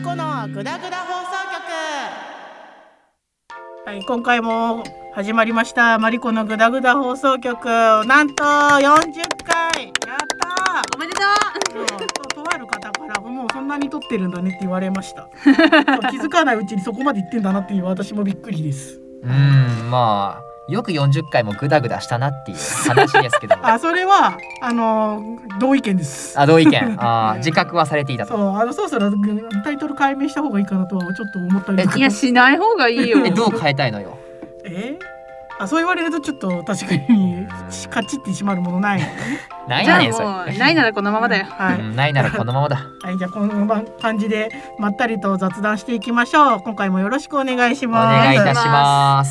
コのグダグダ放送局。はい、今回も始まりましたマリコのグダグダ放送局。なんと40回やったー。 おめでととある方からもうそんなに撮ってるんだねって言われました気づかないうちにそこまで言ってんだなっていう私もびっくりです。 まあよく40回もグダグダしたなっていう話ですけどもそれは同意見です。 同意見自覚はされていたと。 そろそろタイトル改名した方がいいかなとはちょっと思ったり。 いやしない方がいいよどう変えたいのよ。 そう言われるとちょっと確かにカチッてしまるものないないやねんじゃあもうないならこのままだよ、 ないならこのままだはい、じゃあこの感じでまったりと雑談していきましょう。今回もよろしくお願いします。 お願いいたします。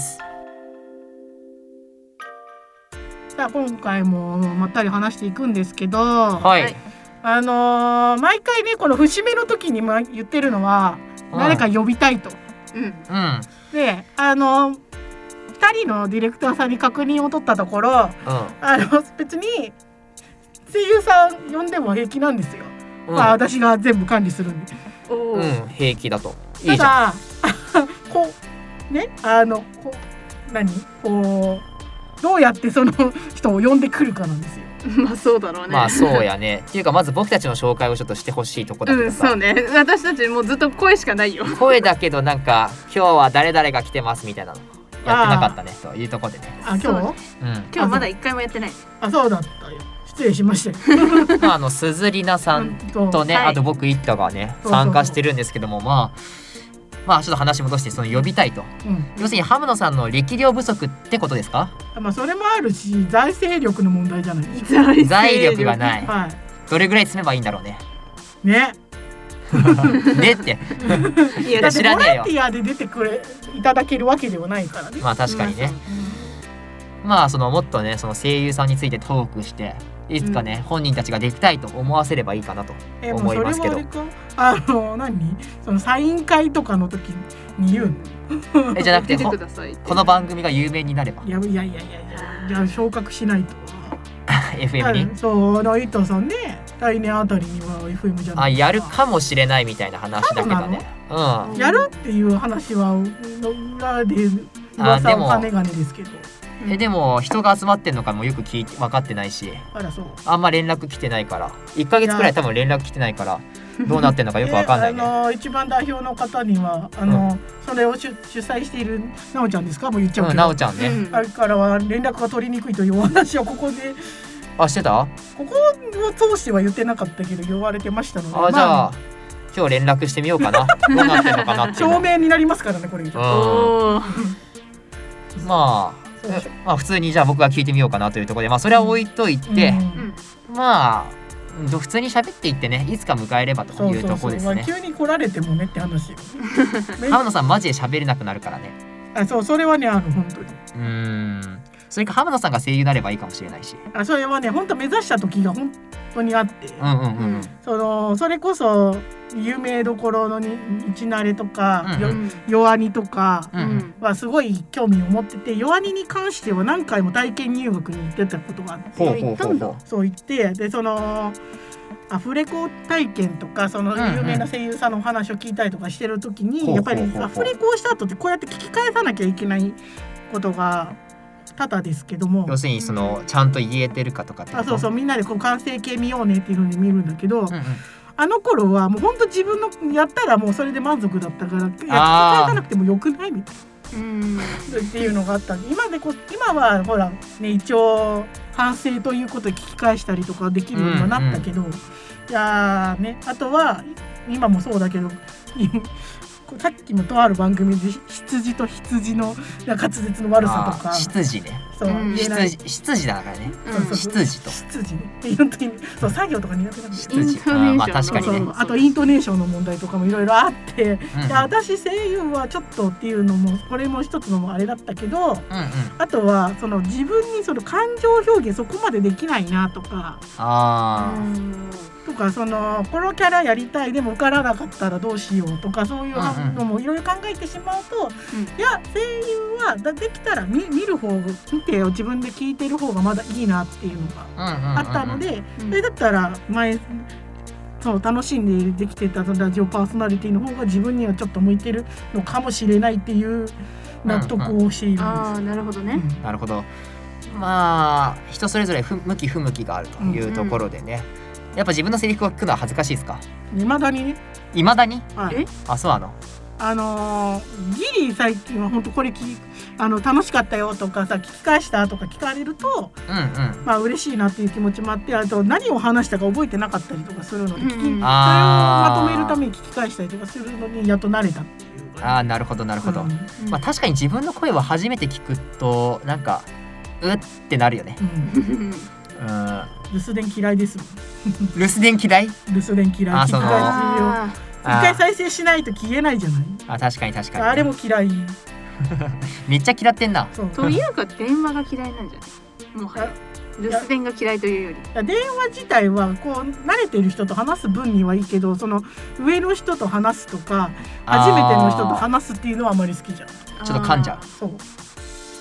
さあ今回もまったり話していくんですけど、 はい、 毎回ねこの節目の時に言ってるのは、誰か呼びたいと、で2人のディレクターさんに確認を取ったところ、別に声優さん呼んでも平気なんですよ、私が全部管理するんで、 平気だといいじゃん。ただこうねどうやってその人を呼んでくるかなんですよ。 まあそうだろうね。 まあそうやねっていうかまず僕たちの紹介をちょっとしてほしいとこだけどさ、 そうね、私たちもうずっと声しかないよ。 声だけどなんか今日は誰々が来てますみたいなのやってなかったねというところでね。 今日まだ1回もやってない。 そうだったよ、失礼しましたよ鈴里奈さんとね、あと僕一太がね参加してるんですけども、まあちょっと話戻してその呼びたいと、要するにハムノさんの力量不足ってことですか？ それもあるし財政力の問題じゃないですか。 財力がない、どれぐらい積めばいいんだろうねねっていやだってボランティアで出ていただけるわけではないからね。 まあ確かにね、もっとねその声優さんについてトークしていつかね、本人たちができたいと思わせればいいかなと思いますけど、 そのサイン会とかの時に言うのじゃなくてこの番組が有名になれば。いや昇格しないと FM にそう伊藤さんね、来年あたりには FM じゃないやるかもしれないみたいな話だけどね。 やるっていう話は裏で噂を金金ですけど、 でも人が集まってんのかもよく分かってないし、あんま連絡来てないから1ヶ月くらい多分連絡来てないからどうなってんのかよく分かんないね。 一番代表の方にはそれを主催しているなおちゃんですか、もう言っちゃうけど、 なおちゃんね、 あれからは連絡が取りにくいというお話をここでしてた？ ここを通しては言ってなかったけど言われてましたので、 じゃあ今日連絡してみようかなどうなってんのかなっていう証明になりますからねこれ。 普通にじゃあ僕が聞いてみようかなというところで、それは置いといて、普通に喋っていってね、いつか迎えればというところですね。 急に来られてもねって話よ浜野さんマジで喋れなくなるからね。 それはね本当にそれか浜野さんが声優になればいいかもしれないし、 それはね本当目指した時が本当にあって、それこそ有名どころの道慣れとか、弱アニとかはすごい興味を持ってて、弱アニに関しては何回も体験入学に行ってたことがあって、そう言ってでアフレコ体験とかその有名な声優さんのお話を聞いたりとかしてる時に、やっぱりアフレコをした後ってこうやって聞き返さなきゃいけないことが多々ですけども、 要するにちゃんと言えてるかとかってこと。 そうみんなで完成形見ようねっていう風に見るんだけど、あの頃はもう本当自分のやったらもうそれで満足だったから、聞き返さなくてもよくないみたいなっていうのがあったんで、今はほらね一応反省ということで聞き返したりとかできるようにはなったけど、いやね、あとは今もそうだけどさっきもとある番組で羊と羊の滑舌の悪さとか、 羊ね、羊だからね、羊と羊ねって本当に作業とか苦手なんですよ。 確かにね。 あとイントネーションの問題とかもいろいろあって、私声優はちょっとっていうのもこれも一つのもあれだったけど、あとは自分に感情表現そこまでできないなとか、とかこのキャラやりたいでも受からなかったらどうしようとか、そういうのもいろいろ考えてしまうと、いや声優はできたら見る方見て自分で聞いてる方がまだいいなっていうのがあったので、それだったら前そう楽しんでできてたラジオパーソナリティの方が自分にはちょっと向いてるのかもしれないっていう納得をしているんです。 あ、なるほどね、 なるほど。まあ人それぞれ向き不向きがあるというところでね、やっぱ自分のセリフを聞くのは恥ずかしいですか？ 未だにね。 未だに？ はい、 あ、そうなの。 ギリ最近は本当これ楽しかったよとかさ、聞き返したとか聞かれると、まあ嬉しいなっていう気持ちもあって、あと何を話したか覚えてなかったりとかするので、それをまとめるために聞き返したりとかするのにやっと慣れたっていう。 ああ、なるほどなるほど。まあ確かに自分の声を初めて聞くとなんかうってなるよね。 留守電嫌いですもん。 留守電嫌い？ 留守電嫌い。一回再生しないと消えないじゃない。 あ、確かに確かに、ね、 あれも嫌い。 めっちゃ嫌ってんな。 というか電話が嫌いなんじゃない？もはや留守電が嫌いというより、 電話自体はこう慣れてる人と話す分にはいいけど、その上の人と話すとか初めての人と話すっていうのはあまり好きじゃん。 ちょっと噛んじゃう。 そう。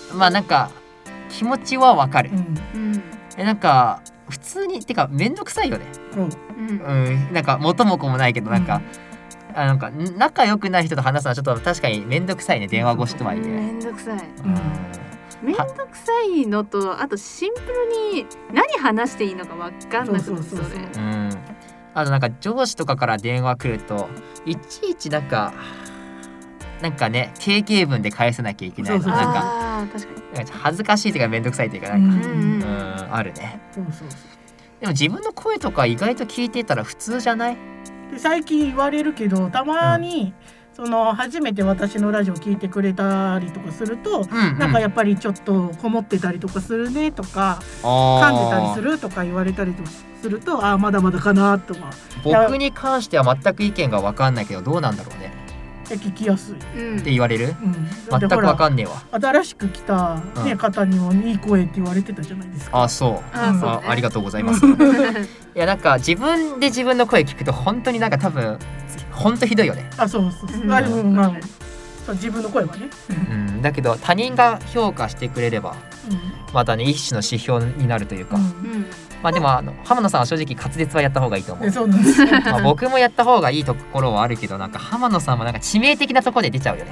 まあなんか気持ちはわかる。なんか普通にてかめんどくさいよね。なんか元も子もないけどなんか。なんか仲良くない人と話すのはちょっと確かにめんどくさいね、電話越しとはいえ。 めんどくさい。めんどくさいのと、あとシンプルに何話していいのか分かんなくなる。あとなんか上司とかから電話来るといちいちなんかね定型文で返さなきゃいけないの。なんか恥ずかしいというかめんどくさいというかなんかあるね。でも自分の声とか意外と聞いてたら普通じゃない？ で最近言われるけど、たまに、その初めて私のラジオ聞いてくれたりとかすると、なんかやっぱりちょっとこもってたりとかするねとか、噛んでたりするとか言われたりとかすると、まだまだかなとか。 僕に関しては全く意見が分かんないけどどうなんだろうね。 聞きやすいって言われる？全く分かんねえわ。 新しく来た、方にもいい声って言われてたじゃないですか。 あ、そう。ありがとうございます。いやなんか自分で自分の声聞くと本当になんか多分本当ひどいよね。 そう。自分の声はね。 だけど他人が評価してくれればまたね一種の指標になるというか。まあでも浜野さんは正直滑舌はやった方がいいと思う。 そうなんです。 まあ僕もやった方がいいところはあるけど、なんか浜野さんはなんか致命的なところで出ちゃうよね。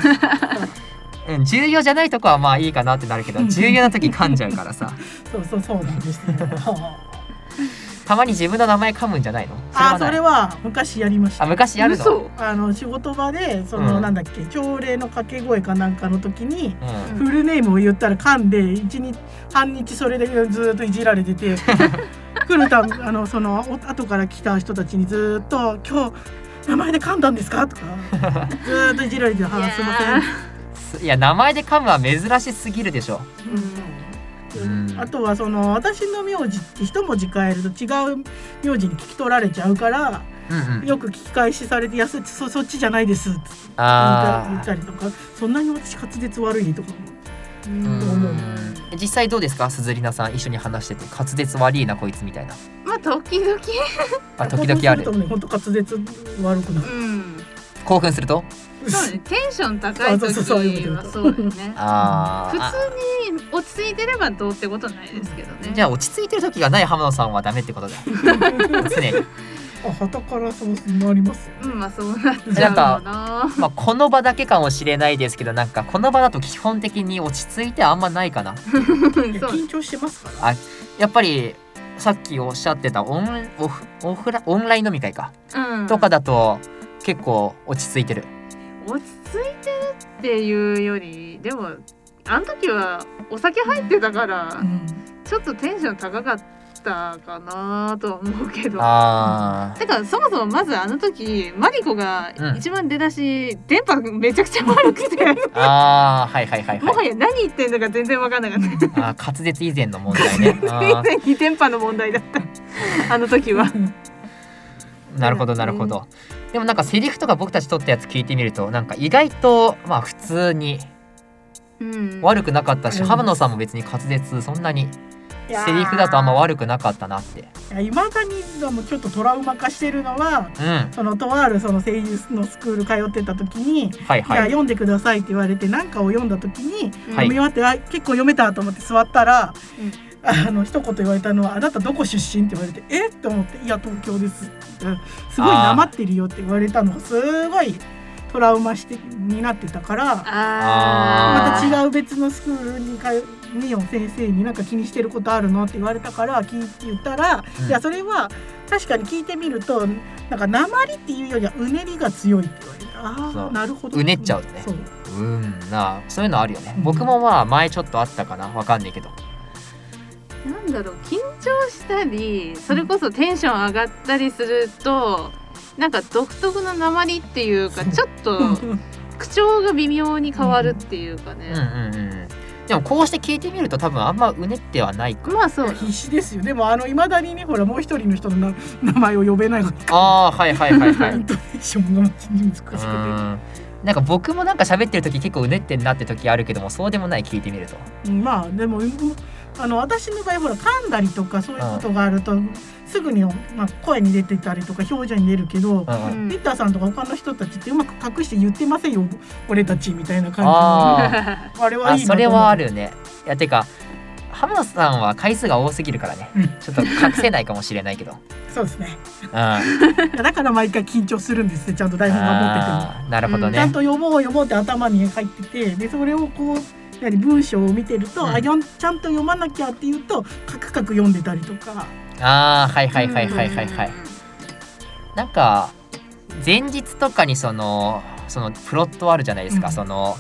重要じゃないとこはまあいいかなってなるけど、重要な時噛んじゃうからさ。 そうなんですね。 たまに自分の名前噛むんじゃないの？ それは昔やりました。 昔やるの？ 仕事場でなんだっけ、朝礼の掛け声かなんかの時に、フルネームを言ったら噛んで半日それでずっといじられてて来るたその後から来た人たちにずっと今日名前で噛んだんですかとかずっといじられて、すいません。いや名前で噛むは珍しすぎるでしょ。 あとは私の名字って一文字変えると違う名字に聞き取られちゃうから、よく聞き返しされてそっちじゃないですって言ったりとか、そんなに私滑舌悪いとか思う。 実際どうですか、鈴里奈さん、一緒に話してて滑舌悪いなこいつみたいな。 まあ時々 時々ある。 本当滑舌悪くなる。 興奮するとそうね、テンション高い時はそうよね。普通に落ち着いてればどうってことないですけどね。 じゃあ落ち着いてる時がない浜野さんはダメってことだ。常に。 旗からそうなります。 まあそうなっちゃうかな。 まあこの場だけかもしれないですけど、なんかこの場だと基本的に落ち着いてあんまないかな。 緊張してますから。 やっぱりさっきおっしゃってたオンライン飲み会か、とかだと結構落ち着いてる。 落ち着いてるっていうより、でもあの時はお酒入ってたから、ちょっとテンション高かったかなとは思うけど。だからそもそもまずあの時マリコが一番出だし、電波めちゃくちゃ悪くて、もはや何言ってんのか全然分かんなかった。 滑舌以前の問題ね。 以前に電波の問題だったあの時は。 なるほどなるほど。でもなんかセリフとか僕たち撮ったやつ聞いてみると、なんか意外とまあ普通に悪くなかったし、浜野さんも別に滑舌そんなにセリフだとあんま悪くなかったなって。 いまだにちょっとトラウマ化してるのは、とある声優のスクール通ってた時に、じゃあ読んでくださいって言われて何かを読んだ時に、読み終わって結構読めたと思って座ったら、 一言言われたのは、あなたどこ出身って言われて、えって思って、いや東京ですって、すごいなまってるよって言われたのがすごいトラウマになってたから、また違う別のスクールにミオン先生になんか気にしてることあるのって言われたから言ったら、いやそれは確かに聞いてみるとなんか訛りっていうよりはうねりが強いって言われた。なるほど。 うねっちゃうとね。そういうのあるよね。僕もまあ前ちょっとあったかな、わかんないけど。 なんだろう、緊張したりそれこそテンション上がったりするとなんか独特の訛りっていうかちょっと口調が微妙に変わるっていうかね。 でもこうして聞いてみると多分あんまうねってはないか。 まあそう必死ですよ。でも未だにね、ほらもう一人の人の名前を呼べないわけ。 はいイントネーションが難しくて、 なんか僕もなんか喋ってる時結構うねってんなって時あるけども、そうでもない、聞いてみると。 まあでも私の場合ほら噛んだりとかそういうことがあると、すぐに、声に出てたりとか表情に出るけど、リッターさんとか他の人たちってうまく隠して言ってませんよ俺たちみたいな感じのあれはいいなと思う。 それはあるね。いやてか浜田さんは回数が多すぎるからね、ちょっと隠せないかもしれないけどそうですね、だから毎回緊張するんですね、ちゃんと台本が持ってても。 なるほどね、 ちゃんと読もうって頭に入ってて、でそれをこう文章を見てると、ちゃんと読まなきゃっていうとカクカク読んでたりとか。 なんか前日とかにそのプロットあるじゃないですか、その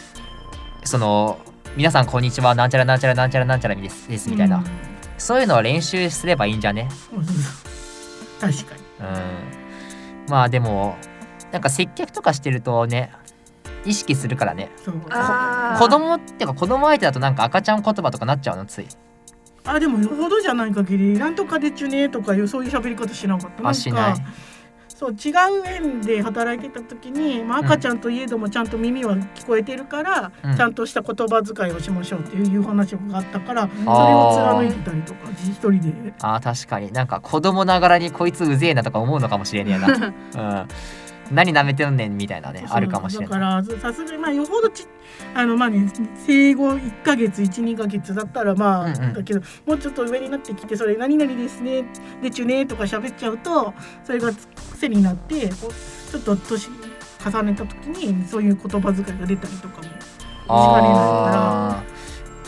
皆さんこんにちはなんちゃらなんちゃらなんちゃらなんちゃらですみたいな、そういうのを練習すればいいんじゃね。 確かに。 まあでもなんか接客とかしてるとね意識するからね。子供っていうか子供相手だとなんか赤ちゃん言葉とかなっちゃうのつい。 でもよほどじゃない限りなんとかでちゅねとかそういう喋り方しなかった。 しない。 そう、違う園で働いてた時に、赤ちゃんといえどもちゃんと耳は聞こえてるから、ちゃんとした言葉遣いをしましょうっていう話があったから、それを貫いてたりとか一人で。 確かになんか子供ながらにこいつうぜえなとか思うのかもしれねえな。何舐めてんねんみたいなね、あるかもしれない。 だからさすがによほど生後1ヶ月 1,2 ヶ月だったらだけどもうちょっと上になってきて、それ何々ですねでちゅねとか喋っちゃうとそれが癖になってちょっと年重ねた時にそういう言葉遣いが出たりとかもしかねないから。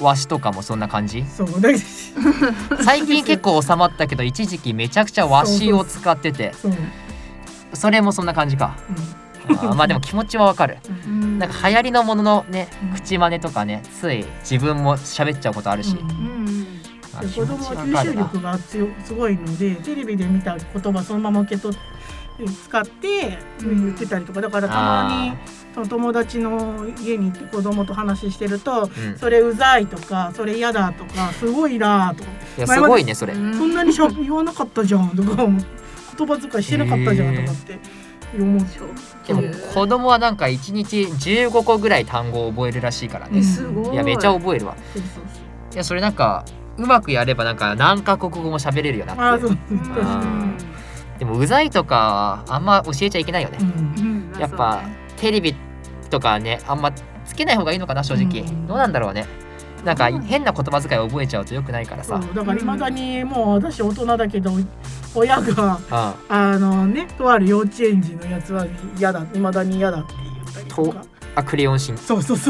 わしとかもそんな感じ。 そう最近結構収まったけど一時期めちゃくちゃわしを使ってて、それもそんな感じか。まあでも気持ちはわかる。なんか流行りのもののね、口真似とかね、つい自分も喋っちゃうことあるし。 子供は吸収力がすごいので、テレビで見た言葉そのまま受け取って使って言ってたりとか、だからたまにその友達の家に行って子供と話してると、それうざいとかそれ嫌だとかすごいなとか。 いやすごいねそれ。そんなに言わなかったじゃんとか言葉遣いしてなかったじゃんとかって思う。 でも子供はなんか1日15個ぐらい単語を覚えるらしいからね。 すごい。 いやめちゃ覚えるわ。いやそれなんかうまくやればなんか何カ国語も喋れるよなって。でもうざいとかあんま教えちゃいけないよね。やっぱテレビとかねあんまつけない方がいいのかな正直。どうなんだろうね。なんか変な言葉遣いを覚えちゃうと良くないからさ。 だから未だにもう私大人だけど親がとある幼稚園児のやつは嫌だ、未だに嫌だって言ったりとか。 クレヨンしんちゃん。 そう。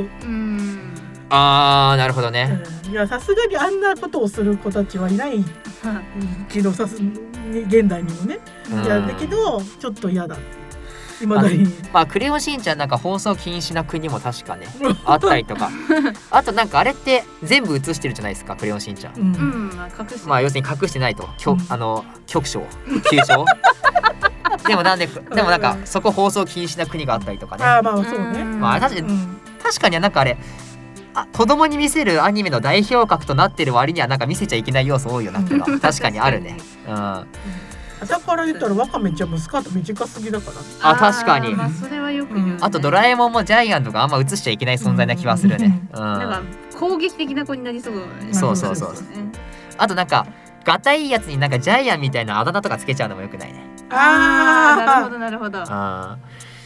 なるほどね。 いやさすがにあんなことをする子たちはいないけど現代にもね。いやだけどちょっと嫌だって。 クレヨンしんちゃんなんか放送禁止な国も確かねあったりとかあとなんかあれって全部映してるじゃないですかクレヨンしんちゃん。要するに隠してないと局所急所でもなんかそこ放送禁止な国があったりとかね。確かになんかあれ子供に見せるアニメの代表格となってる割にはなんか見せちゃいけない要素多いよなっていうのは確かにあるね。 だから言ったらワカメちゃんもスカート短すぎだからね。 確かに。 それはよく言う。 あとドラえもんもジャイアンとかあんま映しちゃいけない存在な気はするね。 なんか攻撃的な子になりそう。 そう。あとなんかガタイいいやつになんかジャイアンみたいなあだ名とかつけちゃうのもよくないね。 なるほど。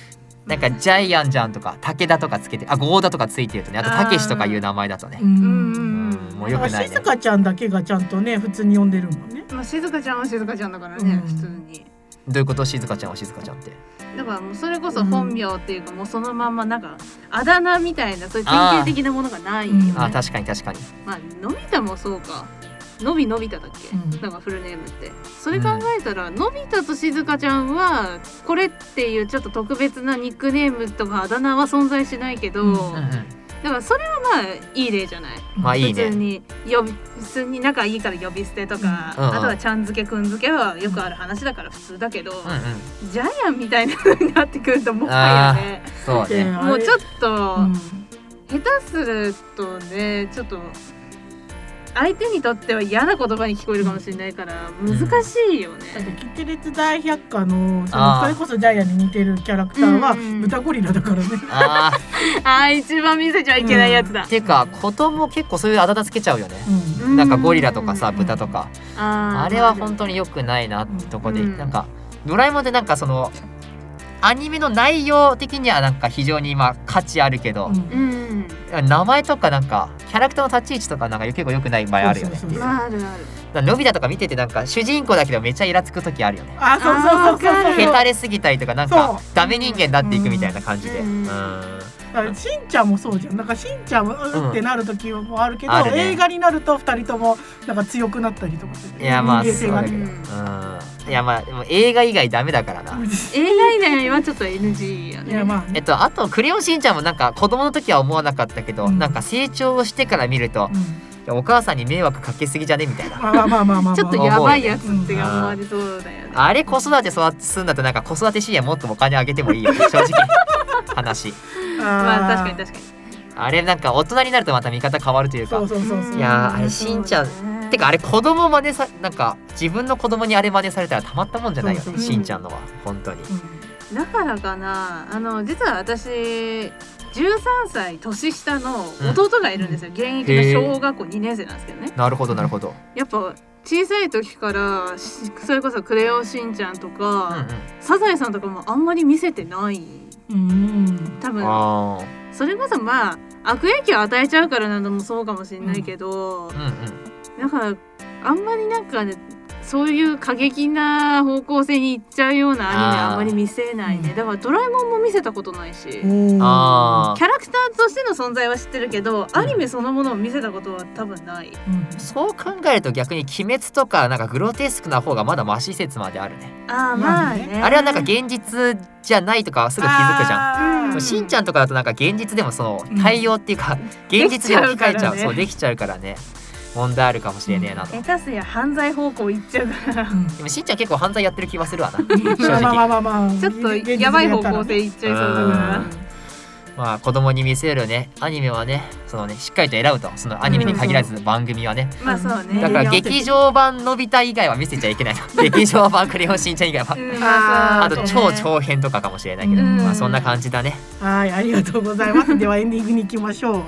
なんかジャイアンじゃんとか武田とかつけてゴーダとかついてるとね、あとたけしとかいう名前だとね、もうよくないね。 静香ちゃんだけがちゃんとね普通に呼んでるもんね。 まあ静香ちゃんは静香ちゃんだからね、普通に。 どういうこと？静香ちゃんは静香ちゃんってだからもうそれこそ本名っていうか、もうそのまんまなんかあだ名みたいなそういう典型的なものがないよね。 確かに確かに。 まあのび太もそうか、のび太だっけ、なんかフルネームって。それ考えたら、のび太と静香ちゃんはこれっていうちょっと特別なニックネームとかあだ名は存在しないけど、だからそれはまあいい例じゃない。 まあいいね。 普通に仲いいから呼び捨てとか、あとはちゃん付けくん付けはよくある話だから普通だけど、ジャイアンみたいなのになってくるともはやね、 そうね、 もうちょっと、下手するとねちょっと相手にとっては嫌な言葉に聞こえるかもしれないから難しいよね。 だってキテレツ大百科のそれこそジャイアンに似てるキャラクターは豚ゴリラだからね。 一番見せちゃいけないやつだ。 っていうか子供結構そういうあだ名つけちゃうよね。なんかゴリラとかさ豚とか、あれは本当に良くないなってとこで、なんかドラえもんでなんかそのアニメの内容的にはなんか非常に価値あるけど、名前とかなんかキャラクターの立ち位置とかなんか結構良くない場合あるよね。 あるある。 のび太とか見ててなんか主人公だけどめっちゃイラつく時あるよね。 そうヘタレすぎたりとかなんかダメ人間になっていくみたいな感じで。 しんちゃんもそうじゃん。なんかしんちゃんってなる時もあるけど、映画になると2人ともなんか強くなったりとかする。 いやまあそうだけど、いやまあでも映画以外ダメだからな。 映画以外はちょっと NG よね。 あとクレヨンしんちゃんもなんか子供の時は思わなかったけど、なんか成長してから見ると、お母さんに迷惑かけすぎじゃねみたいな。 ちょっとやばいやつって思われそうだよね。 あれ子育てするんだとなんか子育て支援もっとお金あげてもいいよ正直話。 まあ確かに確かに。 あれなんか大人になるとまた見方変わるというか。いやあれしんちゃんてかあれ子供真似さなんか自分の子供にあれ真似されたらたまったもんじゃないよね。しんちゃんのは本当に。 だからかな、実は私13歳年下の弟がいるんですよ。現役の小学校2年生なんですけどね。 なるほどなるほど。 やっぱ小さい時からそれこそクレヨンしんちゃんとか、サザエさんとかもあんまり見せてない。多分それこそまあ悪影響を与えちゃうからなのもそうかもしれないけど、だからあんまりなんかねそういう過激な方向性に行っちゃうようなアニメあんまり見せないね。だからドラえもんも見せたことないし、キャラクターとしての存在は知ってるけど、アニメそのものを見せたことは多分ない。 そう考えると逆に鬼滅とかなんかグロテスクな方がまだマシ説まであるね。 まあね。 あれはなんか現実じゃないとかすぐ気づくじゃん。しんちゃんとかだとなんか現実でもその対応っていうか、現実に置き換えちゃう、そうできちゃうからね。問題あるかもしれねえなと。 下手すりゃ犯罪方向行っちゃうから。でもしんちゃん結構犯罪やってる気はするわな。正直。 ちょっとやばい方向性行っちゃいそうだから。 まあ子供に見せるねアニメはね、そのねしっかりと選ぶと、そのアニメに限らず番組はね。 まあそうね。 だから劇場版のび太以外は見せちゃいけないと。劇場版クレヨンしんちゃん以外は。あと超長編とかかもしれないけど、まあそんな感じだね。 はい、ありがとうございます。ではエンディングに行きましょう。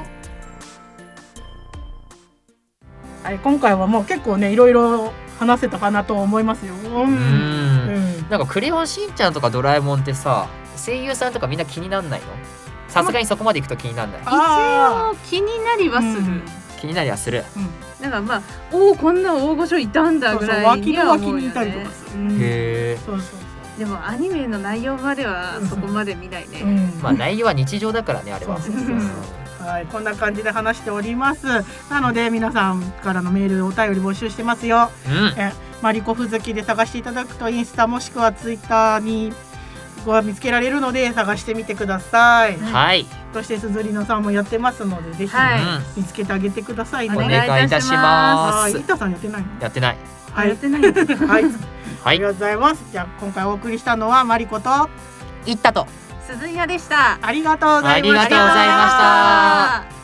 はい、今回はもう結構ねいろいろ話せたかなと思いますよ。 なんかクレヨンしんちゃんとかドラえもんってさ、声優さんとかみんな気になんないの？さすがにそこまでいくと気になんない。 一応気になりはする。 気になりはする。 だからまあこんな大御所いたんだぐらいには思うよね。 へえ。 でもアニメの内容まではそこまで見ないね。 まあ内容は日常だからねあれは。 はい、こんな感じで話しております。なので皆さんからのメールお便り募集してますよ。マリコフ好きで探していただくとインスタもしくはツイッターに見つけられるので探してみてください。 はい。 そしてすずりのさんもやってますのでぜひ見つけてあげてくださいね。 お願いいたします。 イタさんやってないの？ やってない。 やってない。はい。 ありがとうございます。じゃあ今回お送りしたのはマリコとイッタと鈴井でした。 ありがとうございました。 ありがとうございました。